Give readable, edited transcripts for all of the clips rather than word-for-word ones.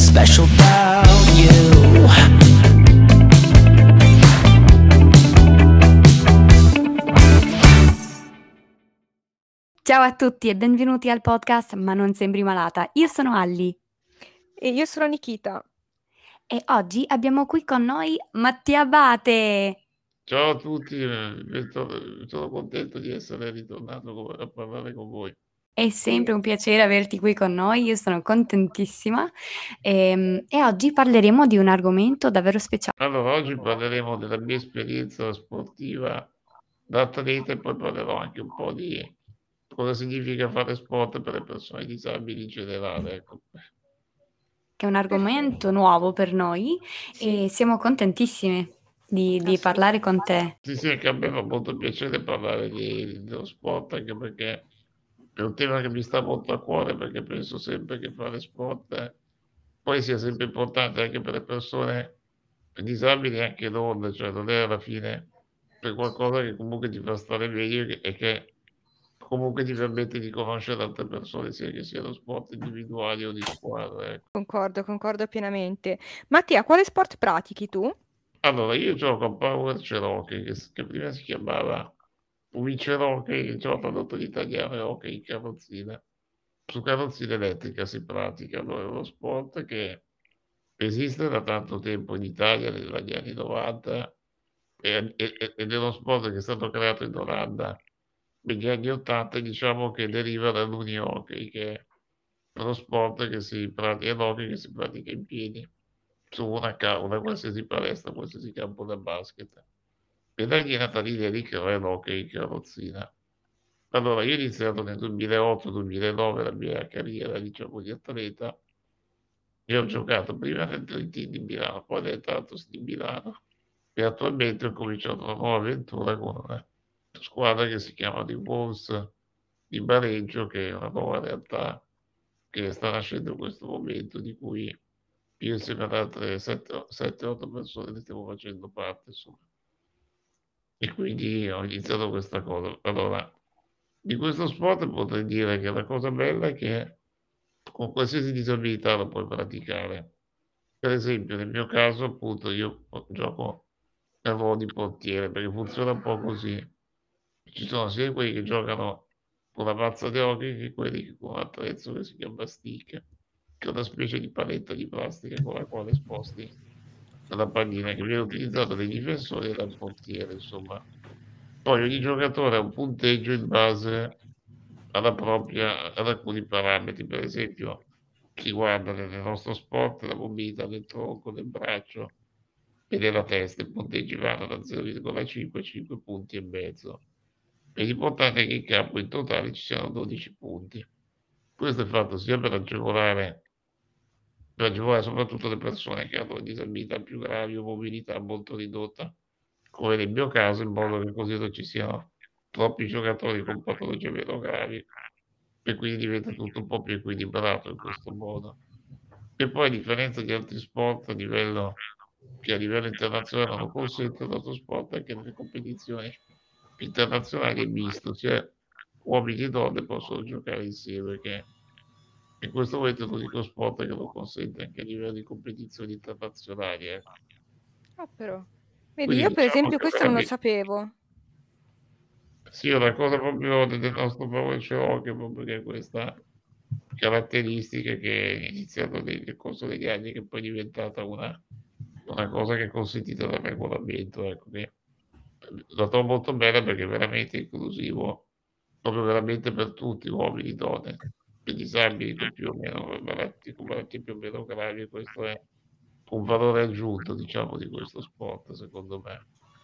special about you. Ciao a tutti e benvenuti al podcast Ma non sembri malata. Io sono Alli E io sono Nikita. e oggi abbiamo qui con noi Mattia Abate. Ciao a tutti, sono contento di essere ritornato a parlare con voi. È sempre un piacere averti qui con noi, io sono contentissima e oggi parleremo di un argomento davvero speciale. Allora, oggi parleremo della mia esperienza sportiva da atleta e poi parlerò anche un po' di cosa significa fare sport per le persone disabili in generale. Ecco. Che è un argomento nuovo per noi Sì. e siamo contentissime di parlare con te. Sì, che a me fa molto piacere parlare dello sport, anche perché è un tema che mi sta molto a cuore, perché penso sempre che fare sport poi sia sempre importante anche per le persone disabili e anche non, cioè non è alla fine per qualcosa che comunque ti fa stare meglio e che comunque ti permette di conoscere altre persone, sia che siano sport individuali o di squadra. Ecco. Concordo pienamente. Mattia, quale sport pratichi tu? Allora, io gioco a Power Cherokee, che prima si chiamava Cherokee, che ho tradotto in italiano è hockey in carrozzina. Su carrozzina elettrica si pratica, allora, è uno sport che esiste da tanto tempo in Italia, negli anni 90, ed è uno sport che è stato creato in Olanda negli anni 80 e diciamo che deriva dall'unihockey, che è uno sport che si pratica, l'hockey che si pratica in piedi su una qualsiasi palestra, qualsiasi campo da basket. E da lì è nata l'idea di creare l'hockey in carrozzina. Allora, io ho iniziato nel 2008-2009 la mia carriera, diciamo, di atleta e ho giocato prima nel Trentino di Milano, poi nel Tartus di Milano e attualmente ho cominciato una nuova avventura con una squadra che si chiama The Wolves di Bareggio, che è una nuova realtà che sta nascendo in questo momento, di cui io insieme ad altre 7-8 persone ne stiamo facendo parte, insomma. E quindi ho iniziato questa cosa. Allora, di questo sport potrei dire che la cosa bella è che con qualsiasi disabilità lo puoi praticare. Per esempio, nel mio caso, appunto, io gioco nel ruolo di portiere perché funziona un po' così. Ci sono sia quelli che giocano con la mazza di hockey che quelli che con un attrezzo che si chiama stick, che è una specie di paletta di plastica con la quale sposti la pallina che viene utilizzata dai difensori e dal portiere, insomma. Poi ogni giocatore ha un punteggio in base ad alcuni parametri, per esempio chi guarda nel nostro sport la mobilità del tronco, del braccio e della testa, i punteggi vanno da 0,5 a 5 punti e mezzo. E l'importante è che in campo in totale ci siano 12 punti. Questo è fatto sia per agevolare soprattutto le persone che hanno disabilità più gravi o mobilità molto ridotta, come nel mio caso, in modo che così non ci siano troppi giocatori con patologie meno gravi e quindi diventa tutto un po' più equilibrato in questo modo. E poi a differenza di altri sport che a livello internazionale non consentono altro sport anche nelle competizioni internazionali è misto, cioè uomini e donne possono giocare insieme, che in questo momento è l'unico sport che lo consente anche a livello di competizioni internazionali. Ecco. Ah, però. Vedi, Quindi io per diciamo esempio che questo non lo veramente sapevo. sì, è una cosa proprio del nostro Power Cherokee, proprio che è questa caratteristica che è iniziata nel corso degli anni, che poi è diventata una cosa che è consentita dal regolamento, ecco, che la trovo molto bella perché è veramente inclusivo, proprio veramente per tutti, uomini, donne, per disabili con più o meno con malattie più o meno gravi, questo è un valore aggiunto, diciamo, di questo sport, secondo me.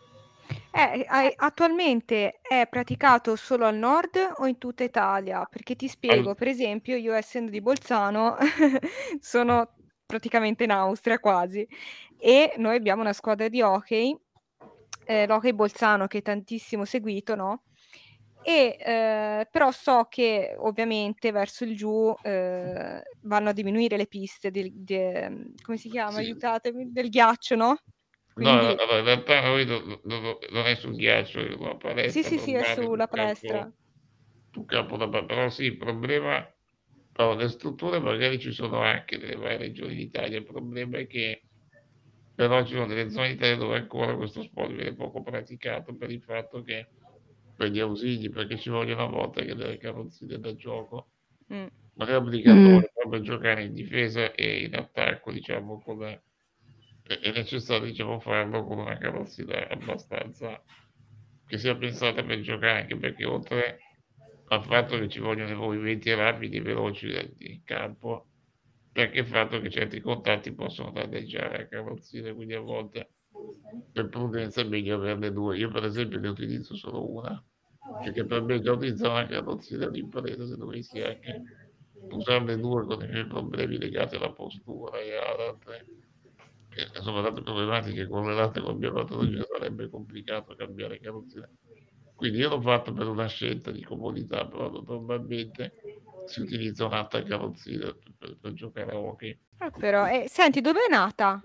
Attualmente è praticato solo al nord o in tutta Italia? Perché ti Al- spiego, per esempio, io essendo di Bolzano sono praticamente in Austria quasi e noi abbiamo una squadra di hockey, l'Hockey Bolzano che è tantissimo seguito, no? E però so che ovviamente verso il giù vanno a diminuire le piste come si chiama? sì. Aiutatemi, del ghiaccio, no? No, Quindi allora, in realtà noi non è sul ghiaccio, è una sì, palestra sì, sì, è normale sulla palestra. sul campo da però sì, il problema Allora, le strutture magari ci sono anche nelle varie regioni d'Italia, il problema è che però ci sono delle zone d'Italia dove ancora questo sport viene poco praticato per il fatto che per gli ausili, perché ci vogliono a volte anche delle carrozzine da gioco, Mm. ma è Mm. obbligatorio proprio giocare in difesa e in attacco, diciamo, è necessario, diciamo, farlo con una carrozzina abbastanza che sia pensata per giocare, anche perché oltre al fatto che ci vogliono dei movimenti rapidi e veloci in campo, c'è anche il fatto che certi contatti possono danneggiare la carrozzina, quindi a volte per prudenza è meglio averne due. Io per esempio ne utilizzo solo una, perché per me già utilizzare una carrozzina è un'impresa se dovessi anche usarne due con i miei problemi legati alla postura e ad altre, insomma, ad altre problematiche correlate con la mia patologia sarebbe complicato cambiare carrozzina. Quindi io l'ho fatto per una scelta di comodità, però normalmente si utilizza un'altra carrozzina per giocare a hockey. Però, senti, dove è nata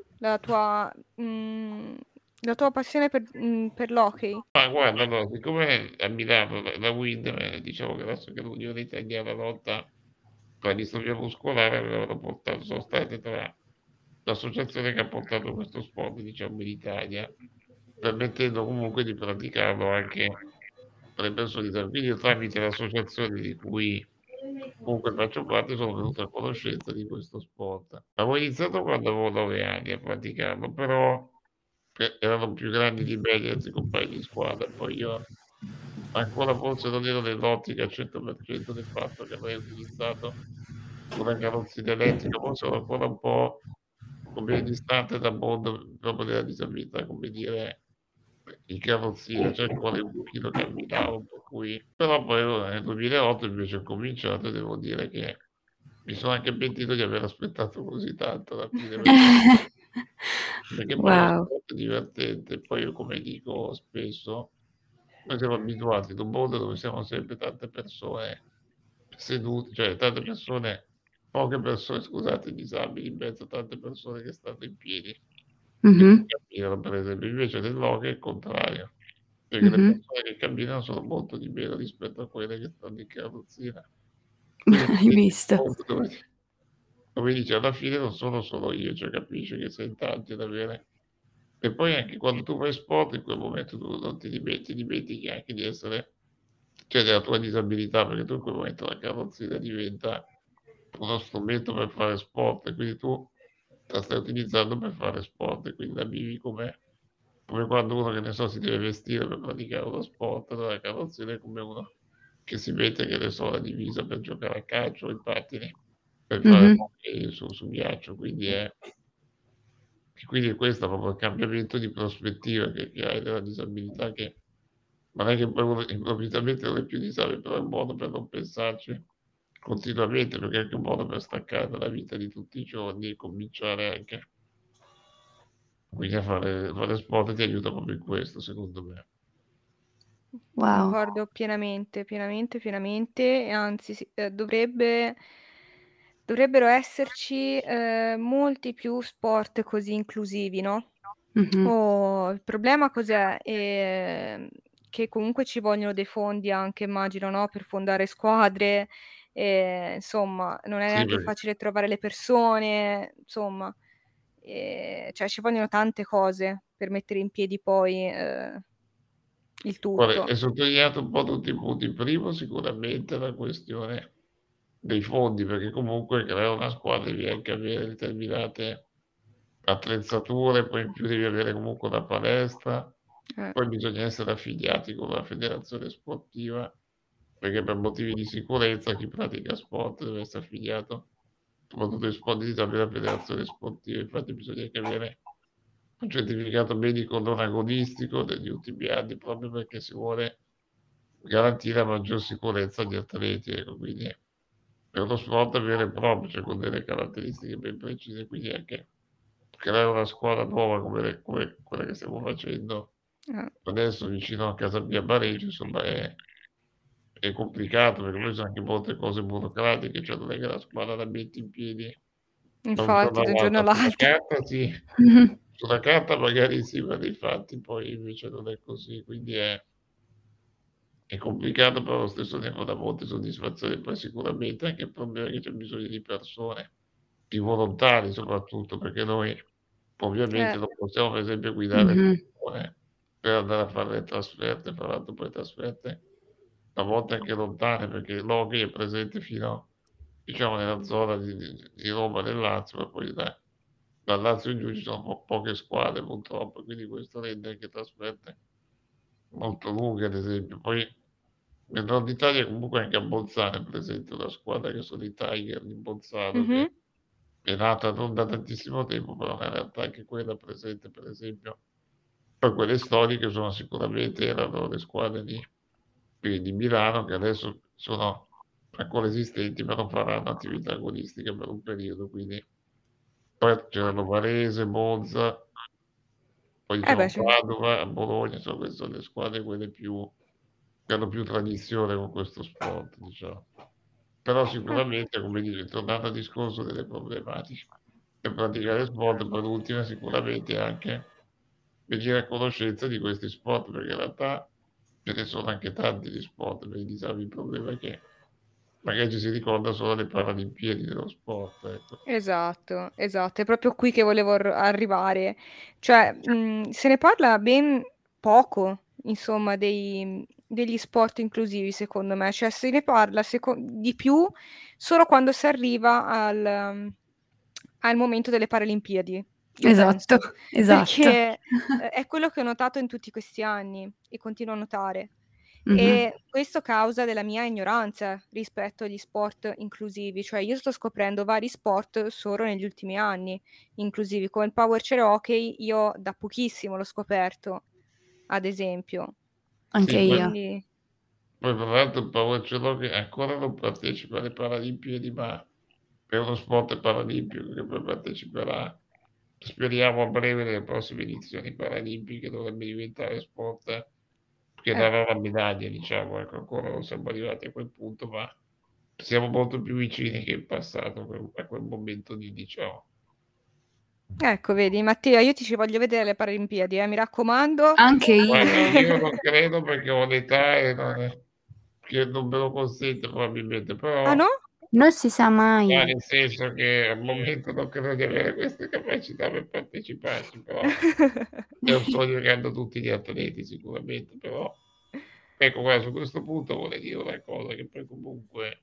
la tua passione per l'hockey? Ma guarda, allora, siccome a Milano la WIND, diciamo che adesso che l'Unione Italiana lotta per la distrofia muscolare, avevano portato, sono state tra l'associazione che ha portato questo sport, diciamo, in Italia, permettendo comunque di praticarlo anche alle persone disabili. Quindi io tramite l'associazione di cui comunque faccio parte sono venuto a conoscenza di questo sport. Avevo iniziato quando avevo 9 anni a praticarlo, però erano più grandi di me gli altri compagni di squadra, poi io ancora forse non ero nell'ottica al 100% del fatto che avrei utilizzato una carrozzina elettrica, forse ero ancora un po' come distante dal mondo proprio della disabilità, come dire, in carrozzina, cioè ancora un pochino camminavo, per cui però poi nel 2008 invece ho cominciato e devo dire che mi sono anche pentito di aver aspettato così tanto alla fine, perché poi lo Wow. sport è divertente, poi io come dico spesso, noi siamo abituati ad un mondo dove siamo sempre tante persone sedute, cioè tante persone, poche persone, scusate, disabili, in mezzo a tante persone che stanno in piedi e che Mhm. camminano, per esempio. Invece nell'hockey è il contrario, perché le Mhm. persone che camminano sono molto di meno rispetto a quelle che stanno in carrozzina. Quindi Hai è un visto? mondo dove, come dice, alla fine non sono solo io, cioè capisci che sei in tanti ad avere. E poi anche quando tu fai sport, in quel momento tu non dimentichi anche di essere, cioè della tua disabilità, perché tu in quel momento la carrozzina diventa uno strumento per fare sport e quindi tu la stai utilizzando per fare sport e quindi la vivi come quando uno, che ne so, si deve vestire per praticare uno sport, allora la carrozzina è come uno che si mette, che ne so, la divisa per giocare a calcio o i pattini per fare Mhm. hockey su ghiaccio, quindi questo è proprio il cambiamento di prospettiva che hai della disabilità, che non è che poi uno improvvisamente non è più disabile, però è un modo per non pensarci continuamente, perché è anche un modo per staccare dalla vita di tutti i giorni e cominciare anche quindi a fare sport ti aiuta proprio in questo, secondo me. Wow. Concordo pienamente, pienamente, pienamente, e anzi dovrebbero esserci molti più sport così inclusivi, no? Mhm. Il problema cos'è? Che comunque ci vogliono dei fondi anche, immagino, no? Per fondare squadre, insomma, non è Sì, neanche perché facile trovare le persone, insomma, cioè ci vogliono tante cose per mettere in piedi poi il guarda, tutto. hai sottolineato un po' tutti i punti. Primo, sicuramente la questione dei fondi, perché comunque creare una squadra devi anche avere determinate attrezzature, poi in più devi avere comunque una palestra, Eh. poi bisogna essere affiliati con una federazione sportiva, perché per motivi di sicurezza chi pratica sport deve essere affiliato, soprattutto in sport di disabilità, alla federazione sportiva. Infatti bisogna anche avere un certificato medico non agonistico degli ultimi anni, proprio perché si vuole garantire la maggior sicurezza agli atleti, ecco. Quindi è uno sport vero e proprio, cioè con delle caratteristiche ben precise, quindi anche creare una squadra nuova come quella che stiamo facendo Eh. adesso vicino a casa mia a Bareggio, insomma è complicato, perché poi sono anche molte cose burocratiche, cioè non è che la squadra la metti in piedi da un giorno Infatti, da un giorno all'altro. Sulla all'altro. carta sì, Mhm. sulla carta magari sì, ma nei fatti poi invece non è così, quindi È complicato, però allo stesso tempo dà molte soddisfazioni. Poi sicuramente anche il problema è che c'è bisogno di persone, di volontari soprattutto, perché noi ovviamente non possiamo per esempio guidare Mhm. persone per andare a fare le trasferte, fra l'altro poi trasferte a volte anche lontane, perché l'hockey è presente fino, diciamo, nella zona di Roma, del Lazio, ma poi dal Lazio in giù ci sono poche squadre purtroppo, quindi questo rende anche trasferte molto lunghe, ad esempio. Poi nel nord Italia comunque anche a Bolzano è presente una squadra che sono i Tiger di Bolzano, Mhm. che è nata non da tantissimo tempo, però in realtà anche quella presente, per esempio. Poi quelle storiche sono sicuramente, erano le squadre di Milano, che adesso sono ancora esistenti, però faranno attività agonistica per un periodo, quindi poi c'erano Varese, Monza, poi Beh, diciamo Padova, Bologna, insomma, queste sono le squadre quelle che hanno più tradizione con questo sport, diciamo. Però sicuramente, come dice, tornando al discorso delle problematiche per praticare sport, per ultima sicuramente anche venire a conoscenza di questi sport, perché in realtà ce ne sono anche tanti di sport, perché diciamo il problema è che magari ci si ricorda solo le Paralimpiadi dello sport, ecco. esatto, esatto, è proprio qui che volevo arrivare. Cioè, se ne parla ben poco, insomma, degli sport inclusivi, secondo me. Cioè, se ne parla di più solo quando si arriva al momento delle Paralimpiadi, io Esatto, penso. esatto. Perché è quello che ho notato in tutti questi anni e continuo a notare. Mhm. E questo causa della mia ignoranza rispetto agli sport inclusivi, cioè io sto scoprendo vari sport solo negli ultimi anni inclusivi, come il power chair hockey io da pochissimo l'ho scoperto, ad esempio. Anche Sì, io. Quindi poi tra l'altro il Paolo Cerochi ancora non partecipa alle Paralimpiadi, ma è uno sport paralimpico che poi parteciperà, speriamo a breve, nelle prossime edizioni paralimpiche, dovrebbe diventare sport che eh, darà la medaglia, diciamo, ecco, ancora non siamo arrivati a quel punto, ma siamo molto più vicini che in passato a quel momento di, diciamo. ecco, vedi, Mattia, io ti ci voglio vedere alle Paralimpiadi, mi raccomando. Anche Guarda, io. io non credo perché ho l'età e che non me lo consente probabilmente, Ah però no? Non si sa mai. nel senso che al momento non credo di avere queste capacità per parteciparci, però è un sogno che hanno tutti gli atleti sicuramente, però ecco, guarda, su questo punto vorrei dire una cosa, che poi comunque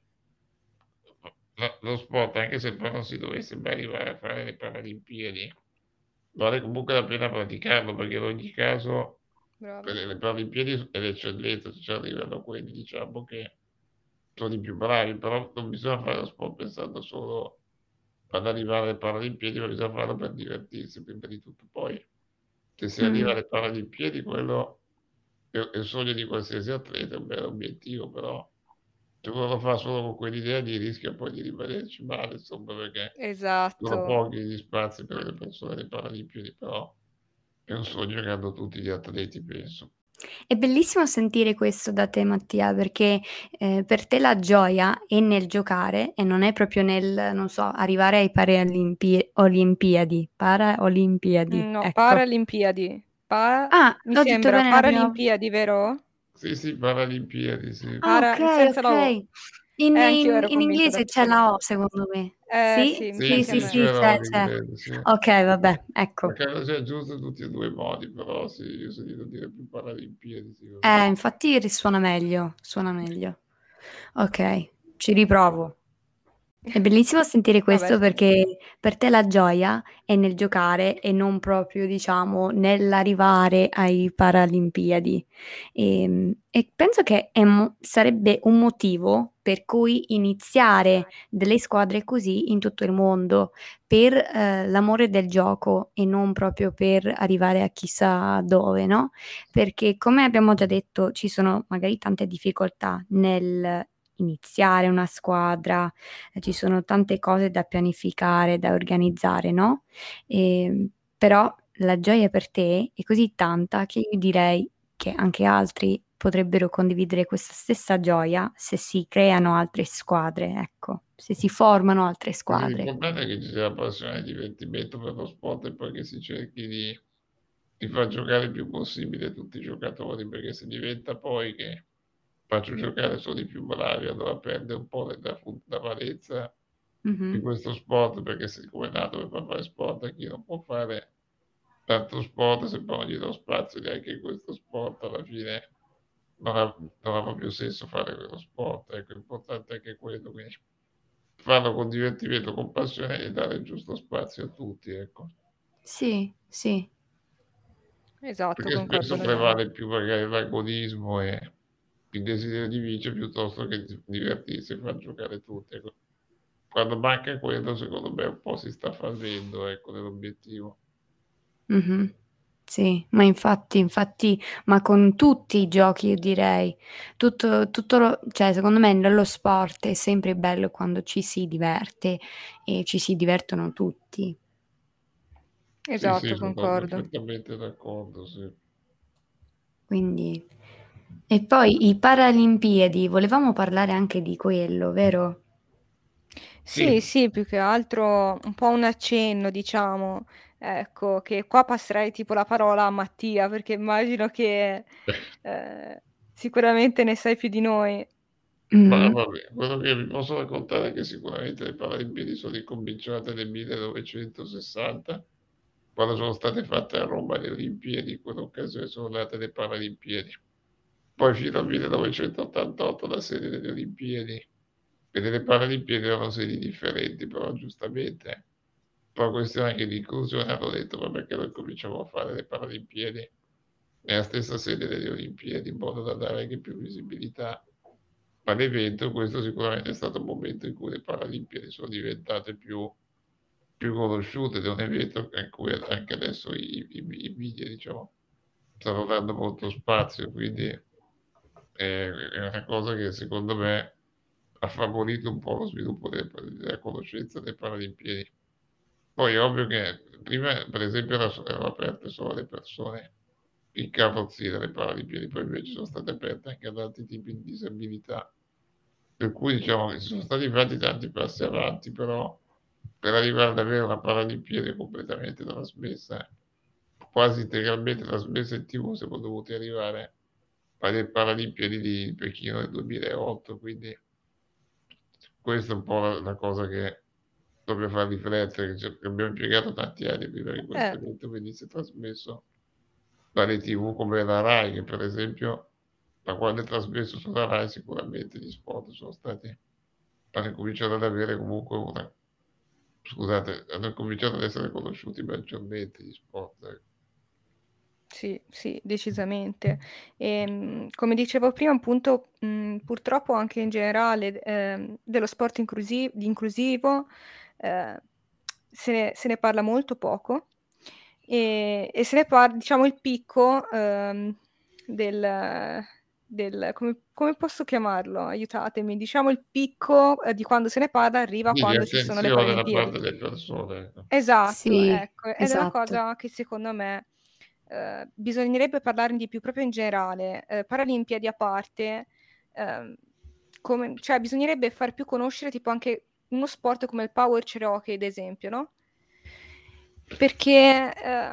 lo sport, anche se poi non si dovesse mai arrivare a fare le Paralimpiadi, vale comunque la pena praticarlo, perché in ogni caso per Bravo. le Paralimpiadi è l'eccellenza, ci arrivano quelli, diciamo, che sono i più bravi, però non bisogna fare lo sport pensando solo ad arrivare alle Paralimpiadi, ma bisogna farlo per divertirsi prima di tutto. Poi, se si arriva Mm. alle Paralimpiadi, quello è il sogno di qualsiasi atleta, è un bel obiettivo, però se uno lo fa solo con quell'idea lì rischia poi di rimanerci male, insomma, perché sono Esatto. pochi gli spazi per le persone alle Paralimpiadi, però è un sogno che hanno tutti gli atleti, penso. È bellissimo sentire questo da te, Mattia, perché per te la gioia è nel giocare e non è proprio nel, non so, arrivare ai Paraolimpiadi, No, ecco. Paralimpiadi. Ah, Mi l'ho detto sembra bene la prima. Paralimpiadi, vero? Sì, sì, Paralimpiadi, sì. Ah, ok, Senza la O. ok. In, Anch'io in- ero in convinta inglese da c'è prima. la O, secondo me. Sì? Sì, mi sa Sì, Sì, che a sì, sì, me. sì, c'era c'è, che c'è. credo, sì. Ok, vabbè, Ma ecco. credo sia giusto in tutti e due i modi, però sì, io ho sentito dire più Paralimpiadi, sì, Infatti risuona meglio, suona meglio. Ok, ci riprovo. È bellissimo sentire Vabbè, questo perché per te la gioia è nel giocare e non proprio, diciamo, nell'arrivare ai Paralimpiadi. E penso che sarebbe un motivo per cui iniziare delle squadre così in tutto il mondo, per l'amore del gioco e non proprio per arrivare a chissà dove, no? Perché come abbiamo già detto, ci sono magari tante difficoltà nel iniziare una squadra, ci sono tante cose da pianificare, da organizzare, no? Però la gioia per te è così tanta che io direi che anche altri potrebbero condividere questa stessa gioia se si creano altre squadre, ecco, se si formano altre squadre. L'importante è che ci sia la passione e il divertimento per lo sport e poi che si cerchi di far giocare il più possibile tutti i giocatori, perché se diventa poi che faccio giocare solo i più bravi, allora perde un po' la valenza di Mhm. questo sport, perché siccome è nato per fare sport, a chi non può fare tanto sport, se poi non gli do spazio neanche in questo sport, alla fine non ha proprio senso fare quello sport. Ecco, l'importante è anche quello, quindi farlo con divertimento, con passione e dare il giusto spazio a tutti, ecco. Sì, sì. Esatto, Perché concordo spesso pienamente. prevale più magari l'agonismo e il desiderio di vincere piuttosto che di divertirsi e far giocare tutti, ecco. Quando manca quello, secondo me un po' si sta fallendo, ecco, nell'obiettivo. Mhm. Sì, ma infatti, ma con tutti i giochi io direi, cioè secondo me nello sport è sempre bello quando ci si diverte e ci si divertono tutti. Sì, sì, Esatto, sono concordo. perfettamente d'accordo, sì. Quindi... E poi i Paralimpiadi, volevamo parlare anche di quello, vero? Sì, Sì, sì, più che altro un po' un accenno, diciamo. Ecco, che qua passerei tipo la parola a Mattia, perché immagino che sicuramente ne sai più di noi. ma Mhm. vabbè, quello che vi posso raccontare è che sicuramente le Paralimpiadi sono incominciate nel 1960, quando sono state fatte a Roma le Olimpiadi, in quell'occasione sono nate le Paralimpiadi. Poi fino al 1988 la sede delle Olimpiadi e delle Paralimpiadi erano sedi differenti, però giustamente per una questione anche di inclusione hanno detto vabbè che noi cominciamo a fare le Paralimpiadi nella stessa sede delle Olimpiadi in modo da dare anche più visibilità all'evento. Questo sicuramente è stato un momento in cui le Paralimpiadi sono diventate più conosciute ed è un evento in cui anche adesso i media, diciamo, stanno dando molto spazio, quindi è una cosa che secondo me ha favorito un po' lo sviluppo della conoscenza delle Paralimpiadi. Poi è ovvio che prima, per esempio, erano aperte solo alle persone in carrozzina delle Paralimpiadi, poi invece sono state aperte anche ad altri tipi di disabilità. Per cui diciamo che ci sono stati fatti tanti passi avanti, però per arrivare ad avere una Paralimpiade completamente trasmessa, quasi integralmente trasmessa in TV, siamo dovuti arrivare alle Paralimpiadi di Pechino del 2008, quindi questa è un po' la cosa che dovrebbe far riflettere, cioè, che abbiamo impiegato tanti anni prima che questo Eh, evento venisse trasmesso dalle TV come la Rai, che per esempio, da quando è trasmesso sulla Rai, sicuramente gli sport sono stati, hanno cominciato ad avere comunque una, scusate, hanno cominciato ad essere conosciuti maggiormente gli sport. Ecco. sì, sì, decisamente. Come dicevo prima, appunto, purtroppo anche in generale dello sport inclusivo eh, se ne parla molto poco e se ne parla, diciamo, il picco del, come posso chiamarlo? Aiutatemi. Diciamo il picco di quando se ne parla arriva Quindi quando ci sono le attenzione da Paralimpiadi. parte delle persone. Ecco. Esatto, Sì, ecco, ed è una esatto. cosa che secondo me, bisognerebbe parlarne di più proprio in generale, Paralimpiadi a parte, ehm, cioè bisognerebbe far più conoscere tipo anche uno sport come il power chair hockey, ad esempio, no, perché,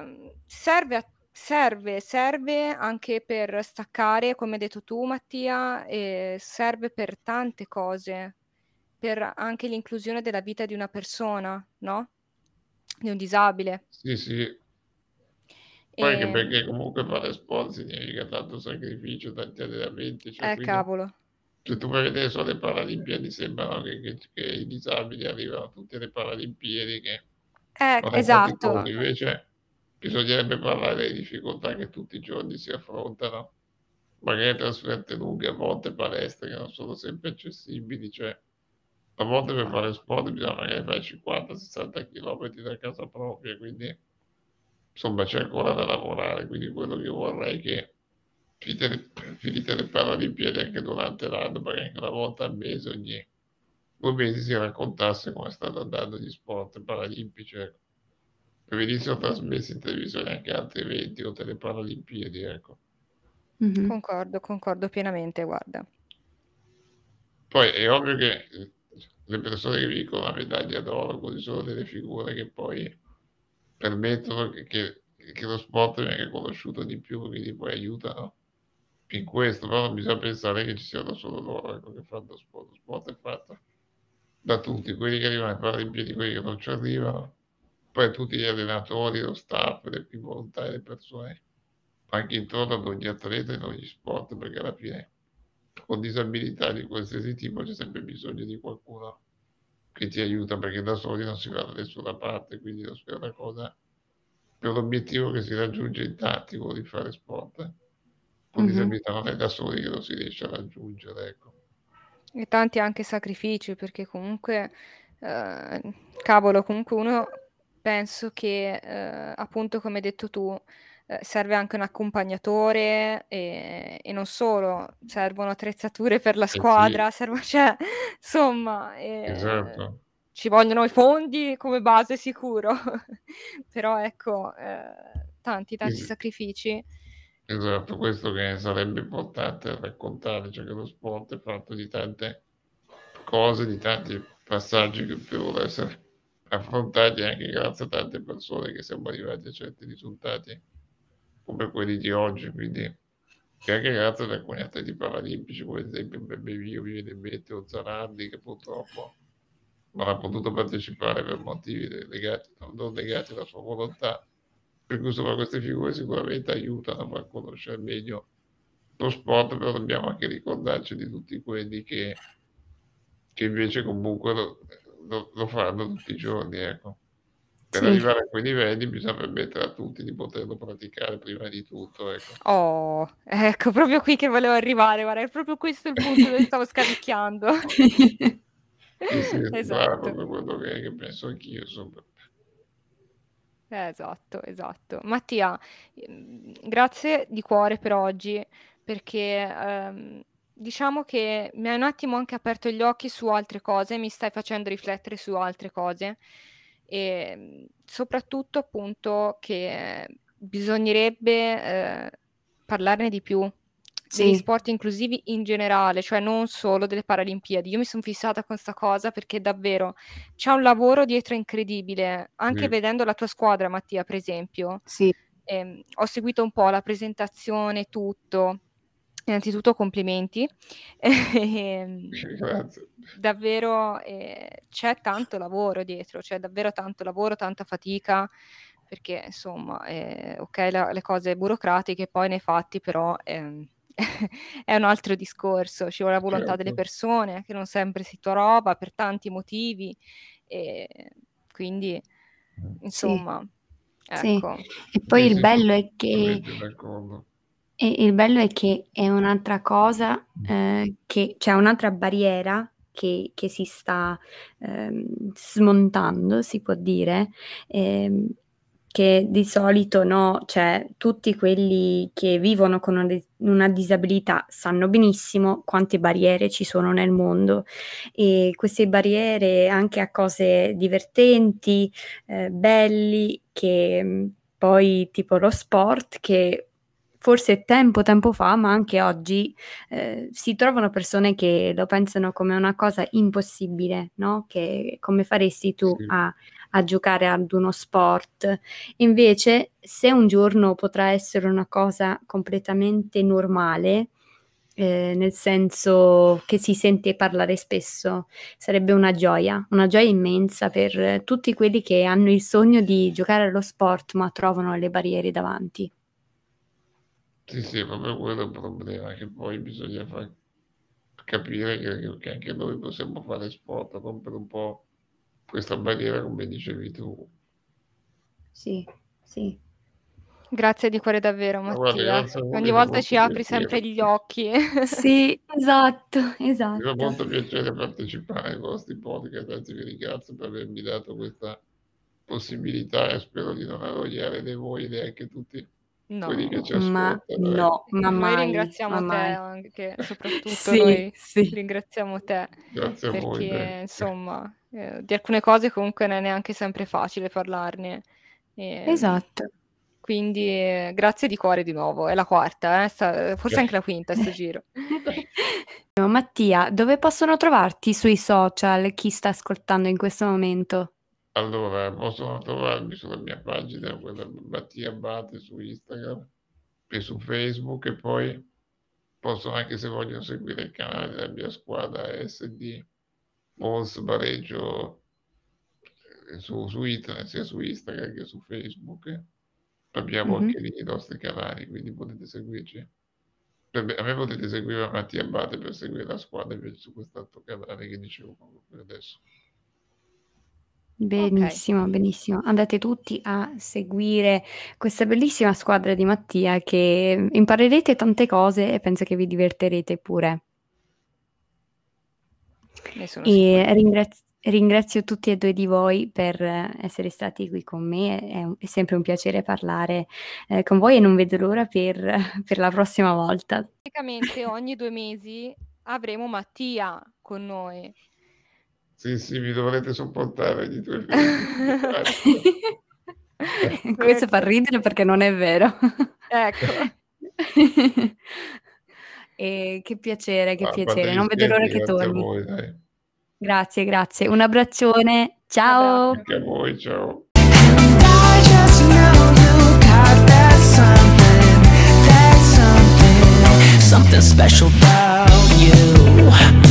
serve anche per staccare, come hai detto tu Mattia, e serve per tante cose, per anche l'inclusione della vita di una persona, no, di un disabile. Sì, sì, poi anche Ehm, perché comunque fare sport significa tanto sacrificio, tanti allenamenti, cioè quindi cavolo. se tu vai a vedere solo le Paralimpiadi sembrano che i disabili arrivano a tutte le Paralimpiadi che non è Esatto. faticoso, invece bisognerebbe parlare delle difficoltà che tutti i giorni si affrontano, magari trasferte lunghe, a volte palestre che non sono sempre accessibili, cioè a volte per fare sport bisogna magari fare 50-60 km da casa propria, quindi insomma c'è ancora da lavorare, quindi quello che vorrei è che finite le Paralimpiadi anche durante l'anno, magari anche una volta al mese, ogni 2 mesi si raccontasse come stanno andando gli sport paralimpici, ecco. E venissero trasmessi in televisione anche altri eventi oltre le Paralimpiadi, ecco. Mhm. Concordo pienamente, guarda. Poi è ovvio che le persone che vincono la medaglia d'oro, così sono delle figure che poi permettono che lo sport venga conosciuto di più, quindi poi aiutano in questo, però non bisogna pensare che ci siano solo loro, ecco, che fanno sport. Lo sport è fatto da tutti, quelli che arrivano ai Paralimpiadi, quelli che non ci arrivano, poi tutti gli allenatori, lo staff, i volontari, le persone, anche intorno ad ogni atleta in ogni sport, perché alla fine con disabilità di qualsiasi tipo c'è sempre bisogno di qualcuno che ti aiuta, perché da soli non si va da nessuna parte, quindi è una cosa per l'obiettivo che si raggiunge in tanti, quello di fare sport. Con Mhm. disabilità non è da soli che lo si riesce a raggiungere, ecco. E tanti anche sacrifici, perché comunque, cavolo, comunque uno penso che, appunto, come hai detto tu, serve anche un accompagnatore e non solo, servono attrezzature per la Sì, squadra, cioè, insomma, esatto. ci vogliono i fondi come base sicuro, però ecco, tanti Sì, sì. sacrifici. Esatto, questo che sarebbe importante raccontare, cioè che lo sport è fatto di tante cose, di tanti passaggi che devono essere affrontati anche grazie a tante persone che siamo arrivati a certi risultati come quelli di oggi, quindi che anche grazie ad alcuni atleti paralimpici, come ad esempio Beppe Vio, mi viene in mente, o Zanardi, che purtroppo non ha potuto partecipare per motivi legati, non legati alla sua volontà. Per cui insomma queste figure sicuramente aiutano a far conoscere meglio lo sport, però dobbiamo anche ricordarci di tutti quelli che invece comunque lo fanno tutti i giorni, ecco. Per Sì. arrivare a quei livelli bisogna permettere a tutti di poterlo praticare prima di tutto, ecco. Oh, ecco, proprio qui che volevo arrivare, guarda, è proprio questo il punto dove stavo scaricchiando. Sì, sì, bravo, Esatto. proprio quello che penso anch'io, insomma. Esatto, esatto. Mattia, grazie di cuore per oggi, perché diciamo che mi hai un attimo anche aperto gli occhi su altre cose, mi stai facendo riflettere su altre cose e soprattutto appunto che bisognerebbe parlarne di più degli Sì, sport inclusivi in generale, cioè non solo delle Paralimpiadi. Io mi sono fissata con sta cosa perché davvero c'è un lavoro dietro incredibile, anche Sì, vedendo la tua squadra, Mattia, per esempio. sì, Ho seguito un po' la presentazione, tutto. Innanzitutto complimenti. grazie. Davvero c'è tanto lavoro dietro, c'è davvero tanto lavoro, tanta fatica, perché insomma, ok, le cose burocratiche, poi nei fatti però è un altro discorso, ci vuole la volontà delle Certo. persone, che non sempre si trova per tanti motivi, e quindi sì, insomma, sì. ecco. E poi Sì, il sì, bello è che assolutamente d'accordo. il bello è che è un'altra cosa, che c'è un'altra barriera che si sta smontando, si può dire, ehm, che di solito, no, cioè tutti quelli che vivono con una disabilità sanno benissimo quante barriere ci sono nel mondo e queste barriere anche a cose divertenti, belli, che poi tipo lo sport che forse tempo fa, ma anche oggi, si trovano persone che lo pensano come una cosa impossibile, no, che come faresti tu Sì. a giocare ad uno sport. Invece, se un giorno potrà essere una cosa completamente normale, nel senso che si sente parlare spesso, sarebbe una gioia immensa per tutti quelli che hanno il sogno di giocare allo sport, ma trovano le barriere davanti. Sì, sì, è proprio quello il problema, che poi bisogna far capire che anche noi possiamo fare sport, rompere un po' questa barriera, come dicevi tu. Sì, sì. Grazie di cuore davvero, Ma guarda, Mattia. grazie a voi, Ogni mi fa volta ci molto apri sempre piacere. gli occhi. Sì, esatto, Mi fa esatto. molto piacere partecipare ai vostri podcast, anzi vi ringrazio per avermi dato questa possibilità e spero di non annoiare né voi neanche tutti quelli No. che ci Ma ascoltano. no, ma Noi mai, ma ringraziamo te mai. anche, soprattutto Sì, noi sì, ringraziamo te, Grazie a voi. perché insomma, di alcune cose comunque non è neanche sempre facile parlarne. esatto. Quindi grazie di cuore di nuovo, è la quarta, forse anche la quinta sto giro. Mattia, dove possono trovarti sui social chi sta ascoltando in questo momento? Allora, possono trovarmi sulla mia pagina, quella Mattia Abate su Instagram e su Facebook, e poi possono, anche se vogliono seguire il canale della mia squadra SD Mons Bareggio su internet, sia su Instagram che su Facebook. Abbiamo anche lì i nostri canali, quindi potete seguirci. A me potete seguire Mattia Abate per seguire la squadra invece su quest'altro canale che dicevo proprio adesso. Benissimo, benissimo. Andate tutti a seguire questa bellissima squadra di Mattia, che imparerete tante cose e penso che vi divertirete pure. Ne sono E sicura. ringrazio tutti e due di voi per essere stati qui con me. È sempre un piacere parlare con voi e non vedo l'ora per la prossima volta. Praticamente ogni 2 mesi avremo Mattia con noi. Sì, mi dovrete sopportare di 2 mesi. Questo fa ridere perché non è vero. Ecco. E che piacere, che Ah, fate piacere. gli Non vedo l'ora scherzi, che grazie a torni. voi, dai. Grazie. Un abbraccione. Ciao. Anche a voi, ciao. I just know you got that something special about you.